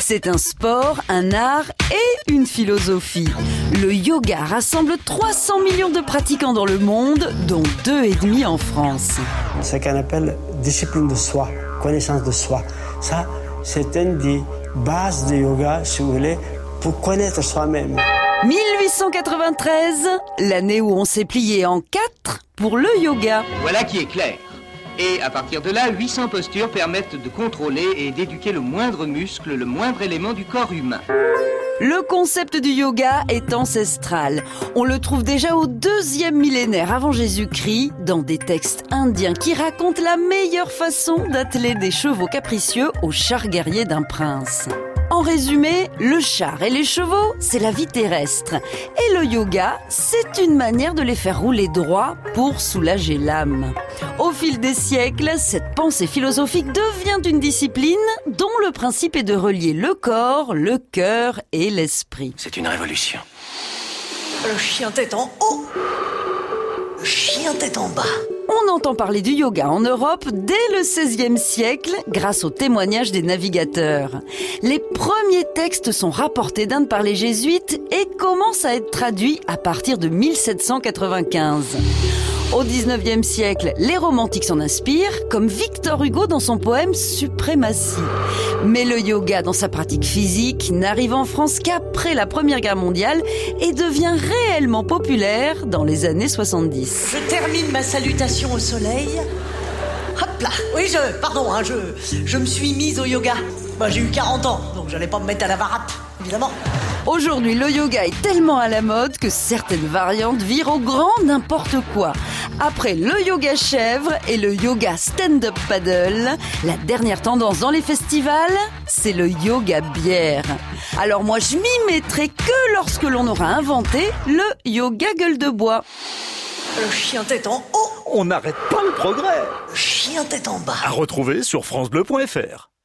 C'est un sport, un art et une philosophie. Le yoga rassemble 300 millions de pratiquants dans le monde, dont 2,5 millions en France. C'est ce qu'on appelle discipline de soi, connaissance de soi. Ça, c'est une des bases du yoga, si vous voulez, pour connaître soi-même. 1893, l'année où on s'est plié en 4 pour le yoga. Voilà qui est clair. Et à partir de là, 800 postures permettent de contrôler et d'éduquer le moindre muscle, le moindre élément du corps humain. Le concept du yoga est ancestral. On le trouve déjà au 2e millénaire avant Jésus-Christ dans des textes indiens qui racontent la meilleure façon d'atteler des chevaux capricieux au char guerrier d'un prince. En résumé, le char et les chevaux, c'est la vie terrestre. Et le yoga, c'est une manière de les faire rouler droit pour soulager l'âme. Au fil des siècles, cette pensée philosophique devient une discipline dont le principe est de relier le corps, le cœur et l'esprit. C'est une révolution. Le chien tête en haut, le chien tête en bas. On entend parler du yoga en Europe dès le XVIe siècle grâce aux témoignages des navigateurs. Les premiers textes sont rapportés d'Inde par les jésuites et commencent à être traduits à partir de 1795. Au XIXe siècle, les romantiques s'en inspirent, comme Victor Hugo dans son poème Suprématie. Mais le yoga, dans sa pratique physique, n'arrive en France qu'après la Première Guerre mondiale et devient réellement populaire dans les années 70. Je termine ma salutation au soleil. Hop là. Oui, je me suis mise au yoga. J'ai eu 40 ans, donc j'allais pas me mettre à la varap, évidemment. Aujourd'hui, le yoga est tellement à la mode que certaines variantes virent au grand n'importe quoi. Après le yoga chèvre et le yoga stand-up paddle, la dernière tendance dans les festivals, c'est le yoga bière. Alors moi, je m'y mettrai que lorsque l'on aura inventé le yoga gueule de bois. Le chien tête en haut, On n'arrête pas le progrès. le chien tête en bas. À retrouver sur francebleu.fr.